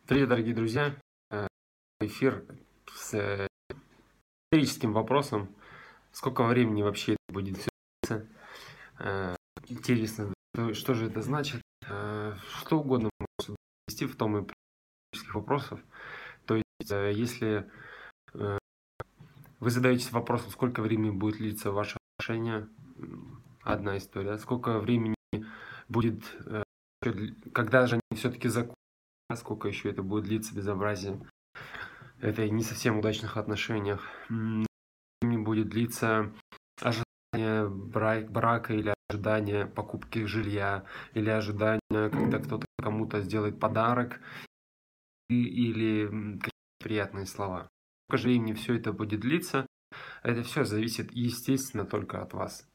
Привет, дорогие друзья! Эфир с историческим вопросом. Сколько времени вообще это будет всё длиться? Интересно, что же это значит? Что угодно можно вести в том и исторических вопросов. То есть, если вы задаетесь вопросом, сколько времени будет длиться ваше отношение, одна история. Сколько времени будет, когда же они все-таки закончатся, сколько еще это будет длиться безобразие. Это не совсем удачных отношениях. Не будет длиться ожидание брака или ожидание покупки жилья, или ожидание, когда кто-то кому-то сделает подарок, или какие-то приятные слова. Сколько же времени все это будет длиться, это все зависит, естественно, только от вас.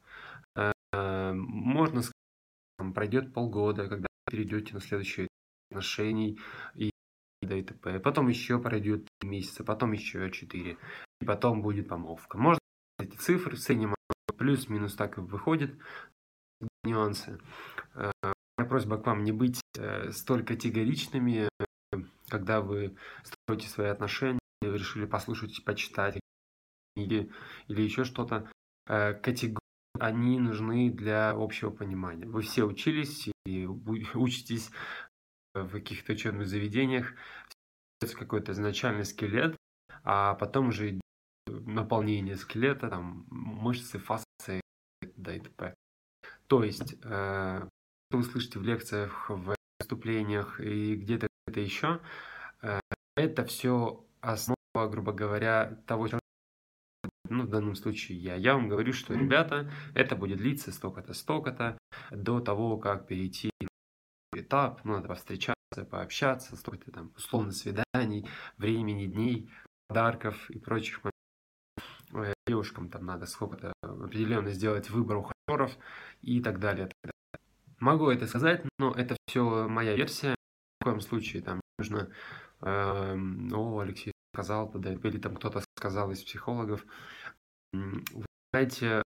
Можно сказать, пройдет полгода, когда вы перейдете на следующий этап отношений и т.п. Потом еще пройдет 3 месяца, потом еще 4, и потом будет помолвка. Можно эти цифры в среднем плюс-минус так и выходит, нюансы. Моя просьба к вам не быть столь категоричными, когда вы строите свои отношения, вы решили послушать, почитать книги или еще что-то. Категории, они нужны для общего понимания. Вы все учились и учитесь в каких-то учебных заведениях, какой-то изначальный скелет, а потом уже наполнение скелета, там, мышцы, фасции, да и т.п. То есть, что вы слышите в лекциях, в выступлениях и где-то еще, это все основа, грубо говоря, того, в данном случае я вам говорю, что, ребята, это будет длиться столько-то, до того, как перейти на этап, надо повстречаться, пообщаться, столько-то там, условно, свиданий, времени, дней, подарков и прочих моментов. Девушкам там надо сколько-то определенно сделать выбор ухажеров и так далее. Могу это сказать, но это все моя версия. В коем случае там не нужно, Алексей сказал, или там кто-то сказал из психологов. Вы знаете,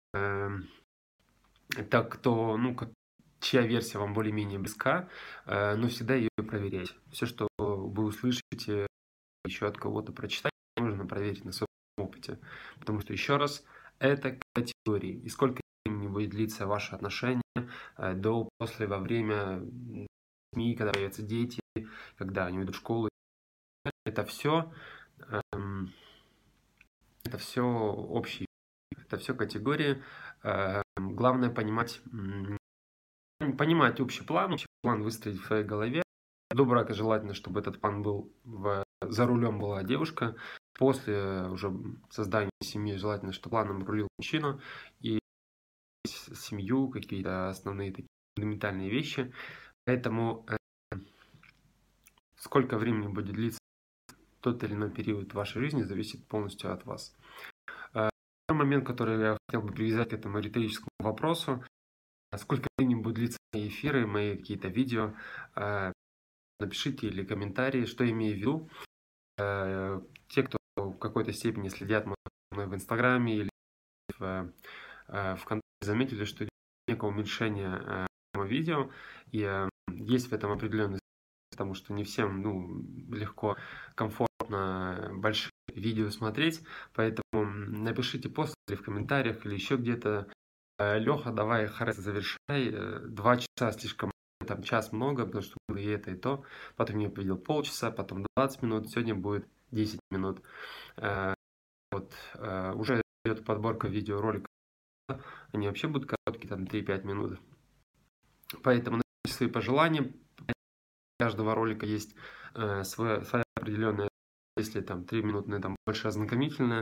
так кто, чья версия вам более-менее близка, но всегда ее проверяйте. Все, что вы услышите еще от кого-то прочитать, нужно проверить на своем опыте. Потому что, еще раз, это категории. И сколько времени будет длиться ваше отношение до, после, во время СМИ, когда появятся дети, когда они идут в школу. Это все общие, это все категории. Главное понимать общий план выстроить в своей голове. До брака желательно, чтобы этот план был за рулем была девушка. После уже создания семьи желательно, чтобы планом рулил мужчина. И семью, какие-то основные такие фундаментальные вещи. Поэтому сколько времени будет длиться тот или иной период в вашей жизни, зависит полностью от вас. Второй момент, который я хотел бы привязать к этому риторическому вопросу: сколько времени будут длиться мои эфиры, мои какие-то видео. Напишите или комментарии, что имею в виду. Те, кто в какой-то степени следят мной в Инстаграме или в ВКонтакте, заметили, что идет некое уменьшение видео, и есть в этом определенный смысл, потому что не всем легко, комфортно большие видео смотреть, поэтому напишите пост или в комментариях, или еще где-то: Леха, давай, завершай, 2 часа слишком, там час много, потому что было и это, и то. Потом я увидел полчаса, потом 20 минут, сегодня будет 10 минут. Уже идет подборка видеороликов, они вообще будут короткие, там 3-5 минут. Поэтому напишите свои пожелания. У каждого ролика есть своя определенная, если там 3 минутные, там больше ознакомительная,